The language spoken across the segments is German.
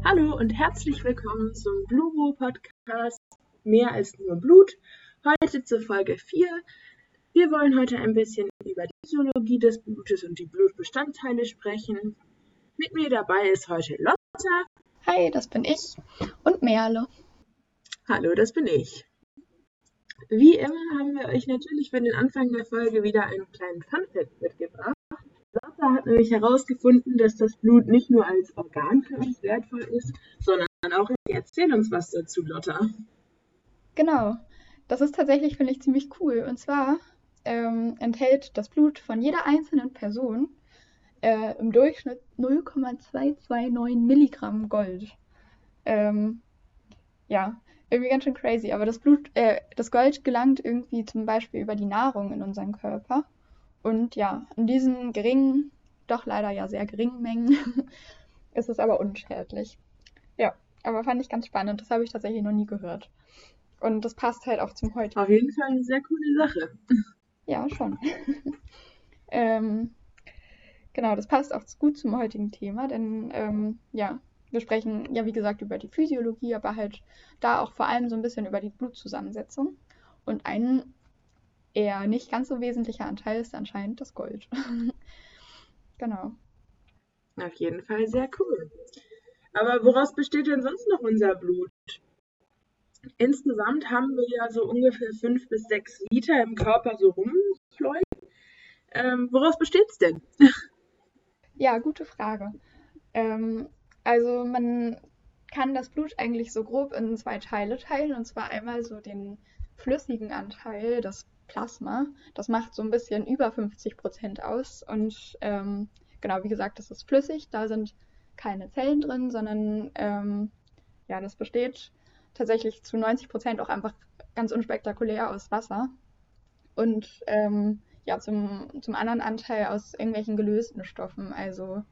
Hallo und herzlich willkommen zum Bluro Podcast Mehr als nur Blut. Heute zur Folge 4. Wir wollen heute ein bisschen über die Physiologie des Blutes und die Blutbestandteile sprechen. Mit mir dabei ist heute Lotta. Hi, das bin ich und Merle. Hallo, das bin ich. Wie immer haben wir euch natürlich für den Anfang der Folge wieder einen kleinen Funfact mitgebracht. Lotta hat nämlich herausgefunden, dass das Blut nicht nur als Organ für uns wertvoll ist, sondern auch. Erzähl uns was dazu, Lotta. Genau, das ist tatsächlich, finde ich, ziemlich cool. Und zwar enthält das Blut von jeder einzelnen Person im Durchschnitt 0,229 Milligramm Gold. Ja, irgendwie ganz schön crazy. Aber das Gold gelangt irgendwie zum Beispiel über die Nahrung in unseren Körper. Und ja, in diesen geringen, doch leider ja sehr geringen Mengen ist es aber unschädlich. Ja, aber fand ich ganz spannend. Das habe ich tatsächlich noch nie gehört. Und das passt halt auch zum heutigen. Auf jeden Fall eine sehr coole Sache. Ja, schon. Genau, das passt auch gut zum heutigen Thema, denn ja, wir sprechen ja wie gesagt über die Physiologie, aber halt da auch vor allem so ein bisschen über die Blutzusammensetzung. Und ein eher nicht ganz so wesentlicher Anteil ist anscheinend das Gold. Genau. Auf jeden Fall sehr cool. Aber woraus besteht denn sonst noch unser Blut? Insgesamt haben wir ja so ungefähr 5 bis 6 Liter im Körper so rumfleuchen. Woraus besteht's denn? Ja, gute Frage. Also man kann das Blut eigentlich so grob in zwei Teile teilen, und zwar einmal so den flüssigen Anteil, das Plasma. Das macht so ein bisschen über 50% aus. Und genau, wie gesagt, das ist flüssig, da sind keine Zellen drin, sondern ja, das besteht tatsächlich zu 90% auch einfach ganz unspektakulär aus Wasser. Und ja, zum anderen Anteil aus irgendwelchen gelösten Stoffen, also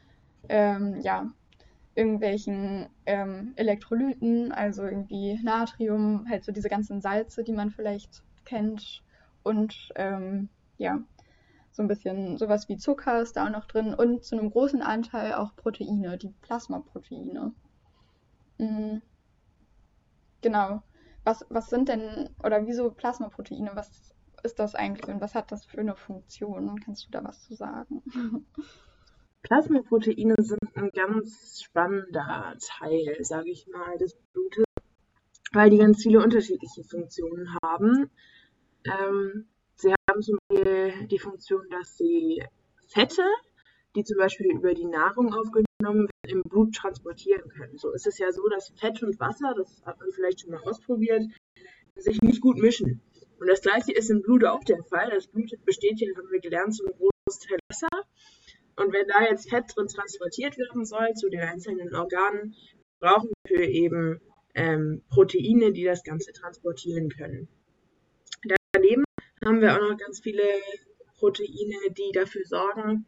ja, irgendwelchen Elektrolyten, also irgendwie Natrium, halt so diese ganzen Salze, die man vielleicht kennt. Und ja, so ein bisschen sowas wie Zucker ist da auch noch drin und zu einem großen Anteil auch Proteine, die Plasmaproteine. Mhm. Genau. Was sind denn, oder wieso Plasmaproteine? Was ist das eigentlich und was hat das für eine Funktion? Kannst du da was zu sagen? Plasmaproteine sind ein ganz spannender Teil, sage ich mal, des Blutes, weil die ganz viele unterschiedliche Funktionen haben. Sie haben zum Beispiel die Funktion, dass sie Fette, die zum Beispiel über die Nahrung aufgenommen werden, im Blut transportieren können. So ist es ja so, dass Fett und Wasser, das hat man vielleicht schon mal ausprobiert, sich nicht gut mischen. Und das gleiche ist im Blut auch der Fall. Das Blut besteht ja, haben wir gelernt, zum Großteil Wasser. Und wenn da jetzt Fett drin transportiert werden soll zu den einzelnen Organen, brauchen wir eben Proteine, die das Ganze transportieren können. Daneben haben wir auch noch ganz viele Proteine, die dafür sorgen,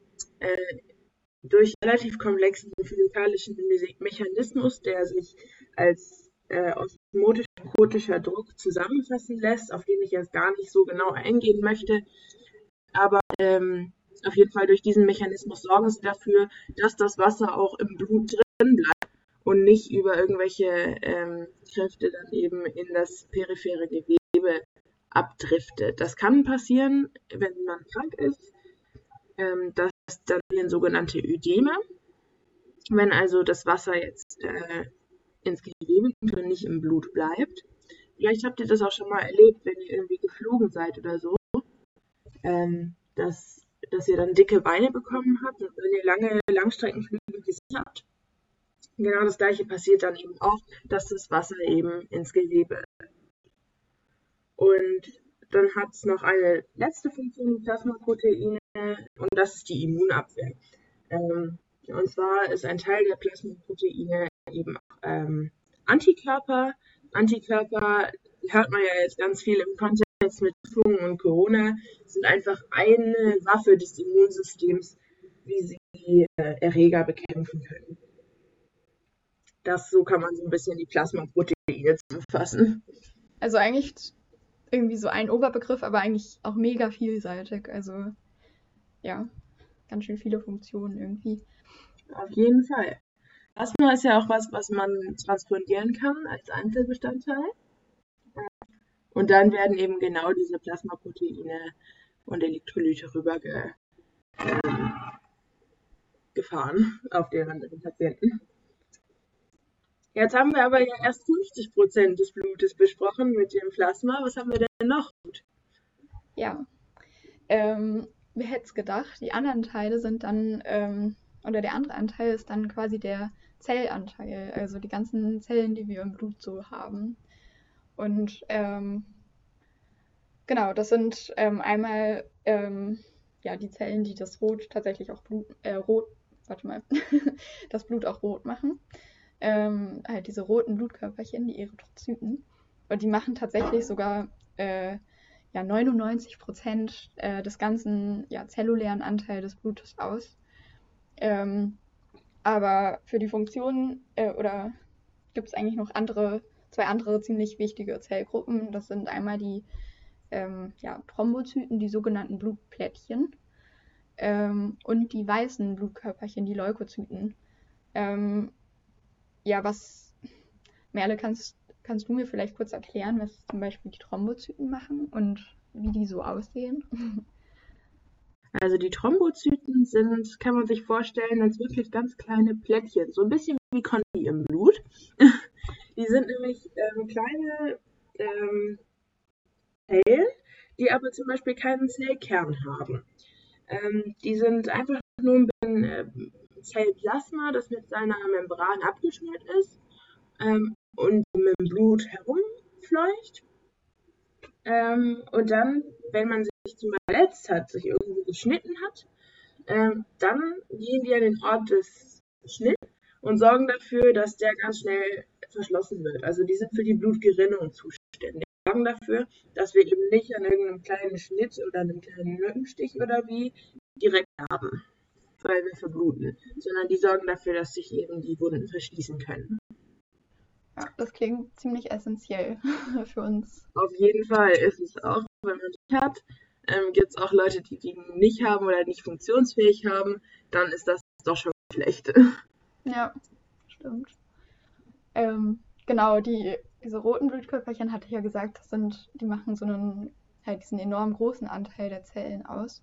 durch relativ komplexen physikalischen Mechanismus, der sich als osmotisch-osmotischer Druck zusammenfassen lässt, auf den ich jetzt gar nicht so genau eingehen möchte. Aber auf jeden Fall durch diesen Mechanismus sorgen sie dafür, dass das Wasser auch im Blut drin bleibt und nicht über irgendwelche Kräfte dann eben in das periphere Gewebe abdriftet. Das kann passieren, wenn man krank ist. Das dann sogenannte Ödeme. Wenn also das Wasser jetzt ins Gewebe kommt und nicht im Blut bleibt. Vielleicht habt ihr das auch schon mal erlebt, wenn ihr irgendwie geflogen seid oder so, dass ihr dann dicke Beine bekommen habt und wenn ihr lange Langstreckenflüge gesehen habt. Genau das gleiche passiert dann eben auch, dass das Wasser eben ins Gewebe. Und dann hat es noch eine letzte Funktion, die Plasmaproteine, und das ist die Immunabwehr. Und zwar ist ein Teil der Plasmaproteine eben auch Antikörper. Antikörper hört man ja jetzt ganz viel im Kontext mit Impfungen und Corona, sind einfach eine Waffe des Immunsystems, wie sie Erreger bekämpfen können. So kann man so ein bisschen die Plasmaproteine zusammenfassen. Also eigentlich irgendwie so ein Oberbegriff, aber eigentlich auch mega vielseitig. Also ja, ganz schön viele Funktionen irgendwie. Auf jeden Fall. Plasma ist ja auch was man transportieren kann als Einzelbestandteil. Und dann werden eben genau diese Plasmaproteine und Elektrolyte rübergefahren auf den anderen Patienten. Jetzt haben wir aber ja erst 50% des Blutes besprochen mit dem Plasma. Was haben wir denn noch? Ja, wer hätte es gedacht? Die anderen Teile sind dann, oder der andere Anteil ist dann quasi der Zellanteil, also die ganzen Zellen, die wir im Blut so haben. Und genau, das sind einmal ja, die Zellen, die das Rot tatsächlich auch das Blut auch rot machen. Halt diese roten Blutkörperchen, die Erythrozyten. Und die machen tatsächlich sogar ja, 99% des ganzen ja, zellulären Anteils des Blutes aus. Aber für die Funktionen oder gibt es eigentlich noch zwei andere ziemlich wichtige Zellgruppen. Das sind einmal die ja, Thrombozyten, die sogenannten Blutplättchen, und die weißen Blutkörperchen, die Leukozyten. Ja, Merle, kannst du mir vielleicht kurz erklären, was zum Beispiel die Thrombozyten machen und wie die so aussehen? Also die Thrombozyten sind, kann man sich vorstellen, als wirklich ganz kleine Plättchen, so ein bisschen wie Konfetti im Blut. Die sind nämlich kleine Zellen, die aber zum Beispiel keinen Zellkern haben. Die sind einfach nur ein Zellplasma, das mit seiner Membran abgeschnürt ist und mit dem Blut herumfleucht. Und dann, wenn man sich zum Beispiel verletzt hat, sich irgendwo geschnitten hat, dann gehen die an den Ort des Schnitts und sorgen dafür, dass der ganz schnell verschlossen wird. Also die sind für die Blutgerinnung zuständig. Die sorgen dafür, dass wir eben nicht an irgendeinem kleinen Schnitt oder einem kleinen Mückenstich oder wie direkt haben, weil wir verbluten, sondern die sorgen dafür, dass sich eben die Wunden verschließen können. Ja, das klingt ziemlich essentiell für uns. Auf jeden Fall ist es auch, wenn man die hat, gibt es auch Leute, die nicht haben oder nicht funktionsfähig haben, dann ist das doch schon schlecht. Ja, stimmt. Genau, diese roten Blutkörperchen hatte ich ja gesagt, die machen halt diesen enorm großen Anteil der Zellen aus.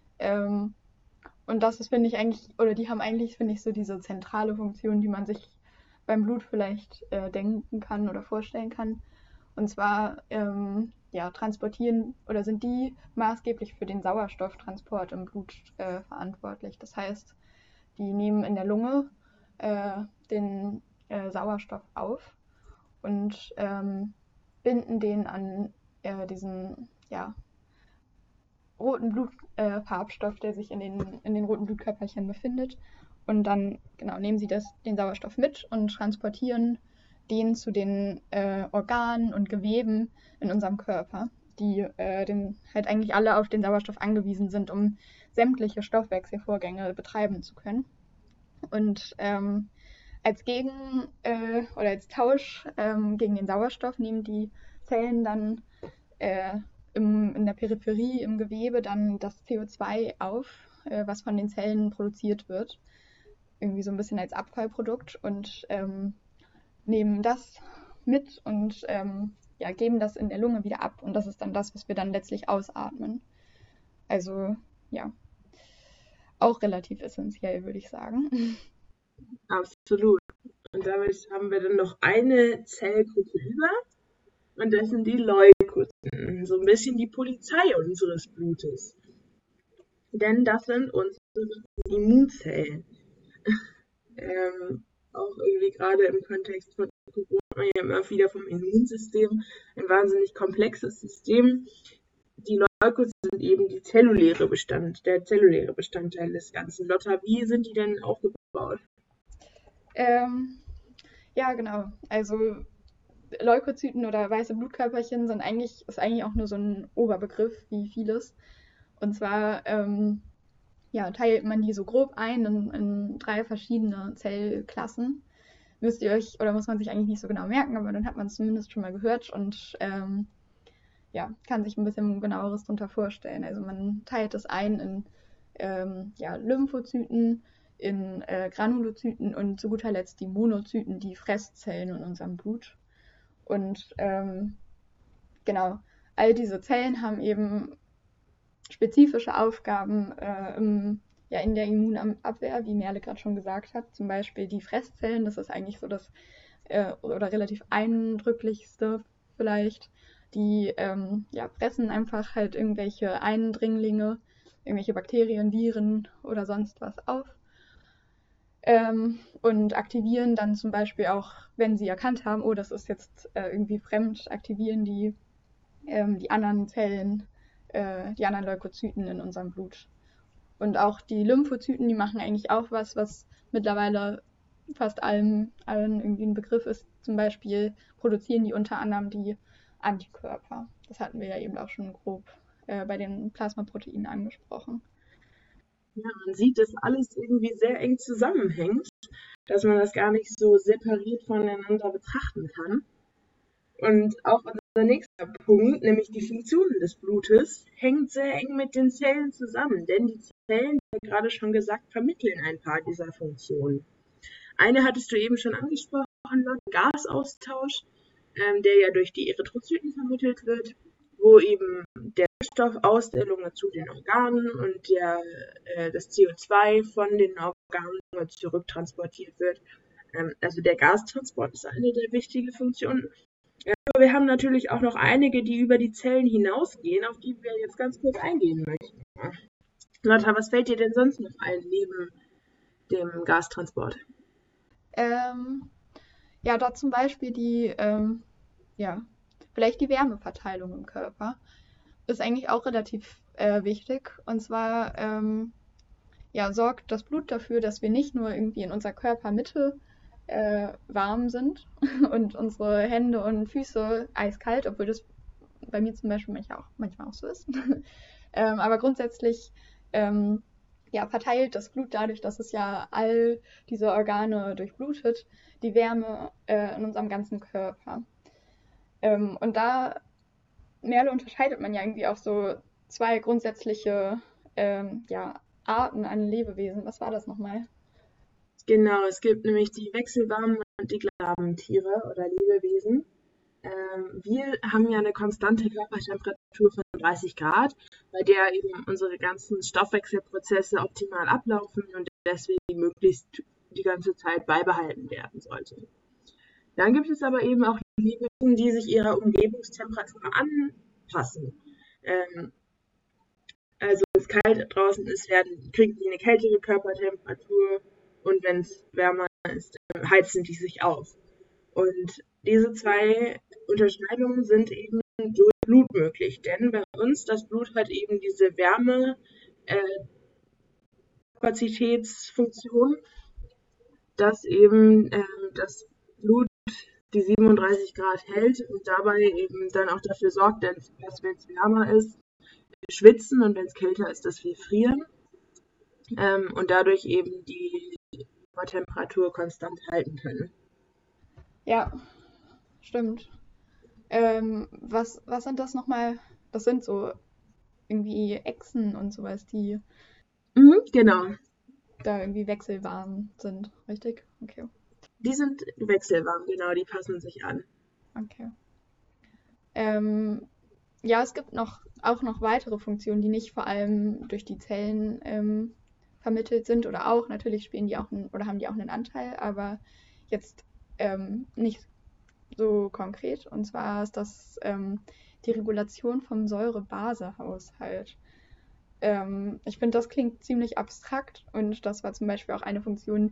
Und das ist, finde ich, eigentlich, oder die haben eigentlich, finde ich, so diese zentrale Funktion, die man sich beim Blut vielleicht denken kann oder vorstellen kann. Und zwar ja, transportieren oder sind die maßgeblich für den Sauerstofftransport im Blut verantwortlich. Das heißt, die nehmen in der Lunge den Sauerstoff auf und binden den an diesen ja, roten Blutfarbstoff, der sich in den roten Blutkörperchen befindet. Und dann genau, nehmen sie den Sauerstoff mit und transportieren den zu den Organen und Geweben in unserem Körper, die halt eigentlich alle auf den Sauerstoff angewiesen sind, um sämtliche Stoffwechselvorgänge betreiben zu können. Und als oder als Tausch gegen den Sauerstoff nehmen die Zellen dann in der Peripherie, im Gewebe, dann das CO2 auf, was von den Zellen produziert wird. Irgendwie so ein bisschen als Abfallprodukt und nehmen das mit und ja, geben das in der Lunge wieder ab. Und das ist dann das, was wir dann letztlich ausatmen. Also ja, auch relativ essentiell, würde ich sagen. Absolut. Und damit haben wir dann noch eine Zellgruppe über. Und das sind die Leukozyten. So ein bisschen die Polizei unseres Blutes. Denn das sind unsere Immunzellen. Auch irgendwie gerade im Kontext von Corona ja immer wieder vom Immunsystem ein wahnsinnig komplexes System. Die Leukozyten sind eben der zelluläre Bestandteil des Ganzen. Lotta, wie sind die denn aufgebaut? Ja, genau. Also Leukozyten oder weiße Blutkörperchen ist eigentlich auch nur so ein Oberbegriff wie vieles. Und zwar ja, teilt man die so grob ein in 3 verschiedene Zellklassen. Müsst ihr euch, oder muss man sich eigentlich nicht so genau merken, aber dann hat man es zumindest schon mal gehört und ja, kann sich ein bisschen genaueres darunter vorstellen. Also man teilt es ein in ja, Lymphozyten, in Granulozyten und zu guter Letzt die Monozyten, die Fresszellen in unserem Blut. Und genau, all diese Zellen haben eben spezifische Aufgaben in der Immunabwehr, wie Merle gerade schon gesagt hat. Zum Beispiel die Fresszellen, das ist eigentlich so das oder relativ eindrücklichste vielleicht. Die fressen einfach halt irgendwelche Eindringlinge, irgendwelche Bakterien, Viren oder sonst was auf. Und aktivieren dann zum Beispiel auch, wenn sie erkannt haben, oh, das ist jetzt irgendwie fremd, aktivieren die anderen Zellen, die anderen Leukozyten in unserem Blut. Und auch die Lymphozyten, die machen eigentlich auch was mittlerweile fast allen irgendwie ein Begriff ist. Zum Beispiel produzieren die unter anderem die Antikörper. Das hatten wir ja eben auch schon grob bei den Plasmaproteinen angesprochen. Ja, man sieht, dass alles irgendwie sehr eng zusammenhängt, dass man das gar nicht so separiert voneinander betrachten kann. Und auch unser nächster Punkt, nämlich die Funktionen des Blutes, hängt sehr eng mit den Zellen zusammen, denn die Zellen, wie gerade schon gesagt, vermitteln ein paar dieser Funktionen. Eine hattest du eben schon angesprochen, Gasaustausch, der ja durch die Erythrozyten vermittelt wird, wo eben der Stoff aus der Lunge zu den Organen und das CO2 von den Organen zurücktransportiert wird. Also der Gastransport ist eine der wichtigen Funktionen. Aber wir haben natürlich auch noch einige, die über die Zellen hinausgehen, auf die wir jetzt ganz kurz eingehen möchten. Lotta, was fällt dir denn sonst noch ein neben dem Gastransport? Da zum Beispiel vielleicht die Wärmeverteilung im Körper ist eigentlich auch relativ wichtig. Und zwar sorgt das Blut dafür, dass wir nicht nur irgendwie in unserer Körpermitte warm sind und unsere Hände und Füße eiskalt, obwohl das bei mir zum Beispiel manchmal auch so ist. Aber grundsätzlich verteilt das Blut dadurch, dass es ja all diese Organe durchblutet, die Wärme in unserem ganzen Körper. Und da, Merle, unterscheidet man ja irgendwie auch so zwei grundsätzliche Arten an Lebewesen. Was war das nochmal? Genau, es gibt nämlich die wechselwarmen und die Tiere oder Lebewesen. Wir haben ja eine konstante Körpertemperatur von 30 Grad, bei der eben unsere ganzen Stoffwechselprozesse optimal ablaufen und deswegen möglichst die ganze Zeit beibehalten werden sollte. Dann gibt es aber eben auch Lebewesen, die sich ihrer Umgebungstemperatur anpassen. Also wenn es kalt draußen ist, kriegen die eine kältere Körpertemperatur und wenn es wärmer ist, heizen die sich auf. Und diese zwei Unterscheidungen sind eben durch Blut möglich, denn bei uns, das Blut hat eben diese Wärmekapazitätsfunktion, dass eben das Blut die 37 Grad hält und dabei eben dann auch dafür sorgt, dass wenn es wärmer ist, wir schwitzen und wenn es kälter ist, dass wir frieren und dadurch eben die Temperatur konstant halten können. Ja, stimmt. Was sind das nochmal? Das sind so irgendwie Echsen und sowas, die Genau. da irgendwie wechselwarm sind, richtig? Okay. Die sind wechselwarm, genau, die passen sich an. Okay. Es gibt auch noch weitere Funktionen, die nicht vor allem durch die Zellen vermittelt sind oder auch, natürlich spielen die auch oder haben die auch einen Anteil, aber jetzt nicht so konkret. Und zwar ist das die Regulation vom Säure-Base-Haushalt. Ich finde, das klingt ziemlich abstrakt und das war zum Beispiel auch eine Funktion,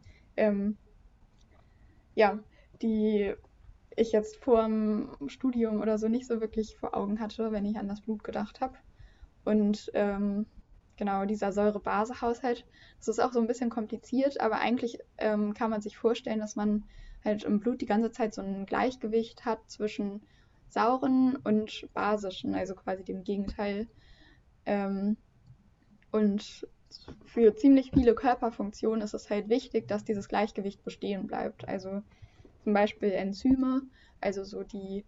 die ich jetzt vor dem Studium oder so nicht so wirklich vor Augen hatte, wenn ich an das Blut gedacht habe. Und genau, dieser Säure-Base-Haushalt, das ist auch so ein bisschen kompliziert, aber eigentlich kann man sich vorstellen, dass man halt im Blut die ganze Zeit so ein Gleichgewicht hat zwischen sauren und basischen, also quasi dem Gegenteil. Und für ziemlich viele Körperfunktionen ist es halt wichtig, dass dieses Gleichgewicht bestehen bleibt. Also zum Beispiel Enzyme, also so die,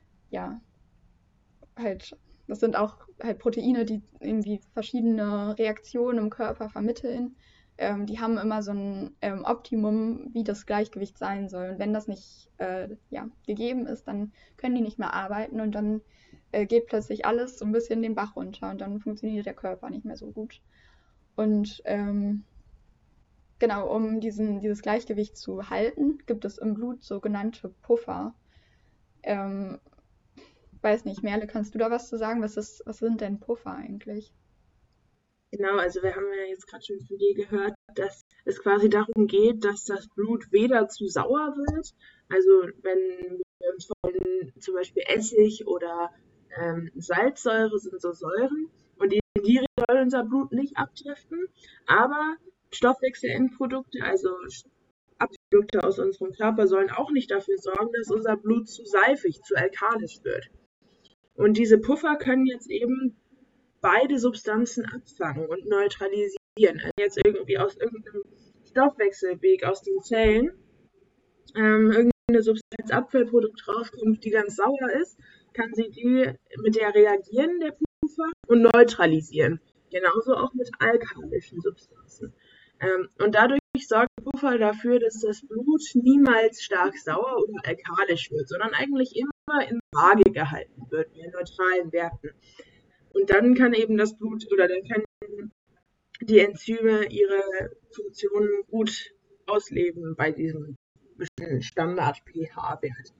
das sind auch halt Proteine, die irgendwie verschiedene Reaktionen im Körper vermitteln. die haben immer so ein Optimum, wie das Gleichgewicht sein soll. Und wenn das nicht gegeben ist, dann können die nicht mehr arbeiten und dann geht plötzlich alles so ein bisschen den Bach runter und dann funktioniert der Körper nicht mehr so gut. Und genau, um dieses Gleichgewicht zu halten, gibt es im Blut sogenannte Puffer. Ähm, Weiß nicht, Merle, kannst du da was zu sagen? Was sind denn Puffer eigentlich? Genau, also wir haben ja jetzt gerade schon von dir gehört, dass es quasi darum geht, dass das Blut weder zu sauer wird, also wenn wir uns von zum Beispiel Essig oder Salzsäure sind so Säuren und in die Richtung soll unser Blut nicht abdriften, aber Stoffwechselendprodukte, also Abprodukte aus unserem Körper sollen auch nicht dafür sorgen, dass unser Blut zu seifig, zu alkalisch wird. Und diese Puffer können jetzt eben beide Substanzen abfangen und neutralisieren. Also jetzt irgendwie aus irgendeinem Stoffwechselweg aus den Zellen irgendeine Substanz, Abfallprodukt rauskommt, die ganz sauer ist, kann sie die mit der reagieren, der Puffer, und neutralisieren. Genauso auch mit alkalischen Substanzen. Und dadurch sorgt der Puffer dafür, dass das Blut niemals stark sauer oder alkalisch wird, sondern eigentlich immer in Waage gehalten wird, bei neutralen Werten. Und dann kann eben das Blut oder dann können die Enzyme ihre Funktionen gut ausleben bei diesem bestimmten Standard-pH-Wert.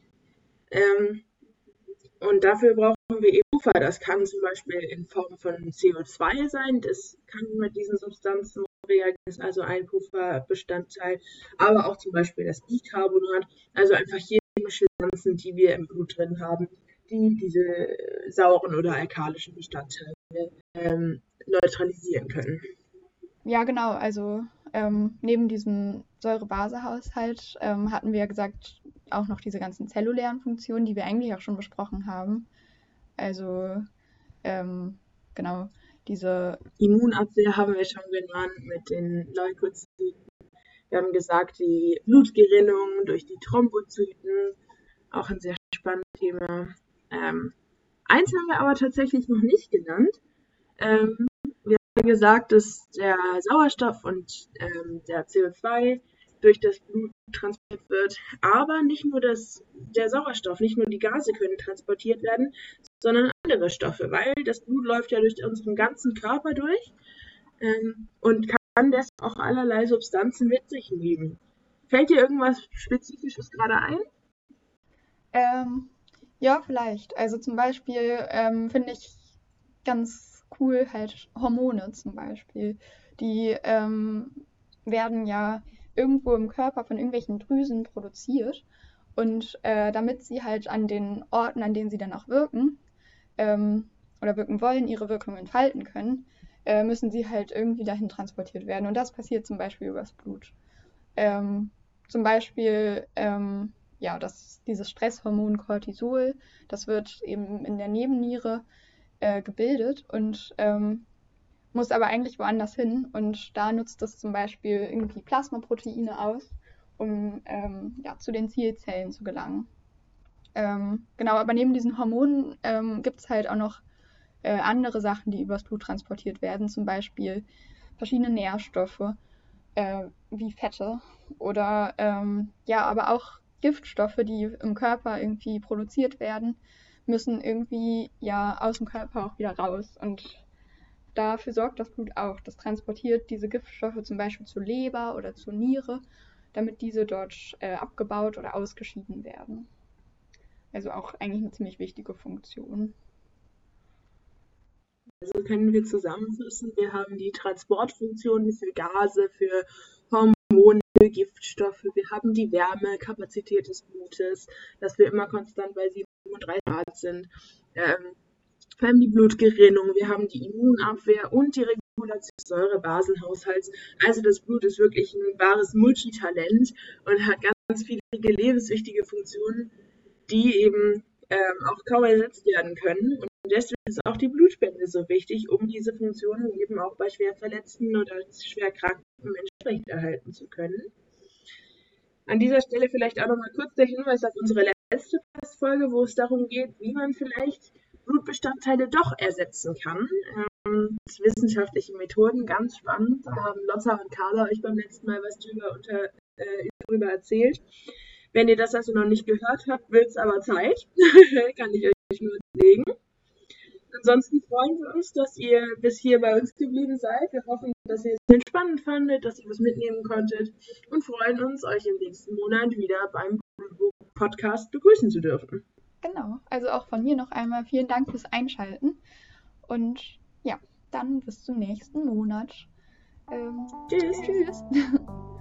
Und dafür brauchen wir eben Puffer. Das kann zum Beispiel in Form von CO2 sein. Das kann mit diesen Substanzen reagieren, ist also ein Pufferbestandteil. Aber auch zum Beispiel das Bicarbonat, also einfach chemische Substanzen, die wir im Blut drin haben, die diese sauren oder alkalischen Bestandteile neutralisieren können. Ja, genau. Also neben diesem Säure-Base-Haushalt hatten wir ja gesagt, auch noch diese ganzen zellulären Funktionen, die wir eigentlich auch schon besprochen haben. Also genau, diese Immunabwehr haben wir schon genannt mit den Leukozyten. Wir haben gesagt, die Blutgerinnung durch die Thrombozyten, auch ein sehr spannendes Thema. Eins haben wir aber tatsächlich noch nicht genannt. Wir haben gesagt, dass der Sauerstoff und der CO2 durch das Blut transportiert wird, aber nicht nur der Sauerstoff, nicht nur die Gase können transportiert werden, sondern andere Stoffe, weil das Blut läuft ja durch unseren ganzen Körper durch und kann deshalb auch allerlei Substanzen mit sich nehmen. Fällt dir irgendwas Spezifisches gerade ein? ja, vielleicht. Also zum Beispiel finde ich ganz cool halt Hormone zum Beispiel. Die werden ja irgendwo im Körper von irgendwelchen Drüsen produziert. Und damit sie halt an den Orten, an denen sie dann auch wirken oder wirken wollen, ihre Wirkung entfalten können, müssen sie halt irgendwie dahin transportiert werden. Und das passiert zum Beispiel übers Blut. Zum Beispiel dieses Stresshormon Cortisol, das wird eben in der Nebenniere gebildet und muss aber eigentlich woanders hin. Und da nutzt es zum Beispiel irgendwie Plasmaproteine aus, um zu den Zielzellen zu gelangen. Genau, aber neben diesen Hormonen gibt es halt auch noch andere Sachen, die übers Blut transportiert werden, zum Beispiel verschiedene Nährstoffe wie Fette oder aber auch Giftstoffe, die im Körper irgendwie produziert werden, müssen irgendwie ja aus dem Körper auch wieder raus. Und dafür sorgt das Blut auch. Das transportiert diese Giftstoffe zum Beispiel zur Leber oder zur Niere, damit diese dort abgebaut oder ausgeschieden werden. Also auch eigentlich eine ziemlich wichtige Funktion. Also können wir zusammenfassen, wir haben die Transportfunktionen für Gase, für Hormone, für Giftstoffe, wir haben die Wärmekapazität des Blutes, dass wir immer konstant bei 37 Grad sind. Wir haben die Blutgerinnung, wir haben die Immunabwehr und die Regulation des Säure-Basen-Haushalts. Also das Blut ist wirklich ein wahres Multitalent und hat ganz viele lebenswichtige Funktionen, die eben auch kaum ersetzt werden können. Und deswegen ist auch die Blutspende so wichtig, um diese Funktionen eben auch bei schwer verletzten oder schwer kranken Menschen erhalten zu können. An dieser Stelle vielleicht auch nochmal kurz der Hinweis auf unsere letzte Folge, wo es darum geht, wie man vielleicht Blutbestandteile doch ersetzen kann. und wissenschaftliche Methoden, ganz spannend. Da haben Lotta und Carla euch beim letzten Mal was drüber erzählt. Wenn ihr das also noch nicht gehört habt, wird es aber Zeit. Kann ich euch nur legen. Ansonsten freuen wir uns, dass ihr bis hier bei uns geblieben seid. Wir hoffen, dass ihr es spannend fandet, dass ihr was mitnehmen konntet und freuen uns, euch im nächsten Monat wieder beim Podcast begrüßen zu dürfen. Genau, also auch von mir noch einmal vielen Dank fürs Einschalten und ja, dann bis zum nächsten Monat. Tschüss. Tschüss.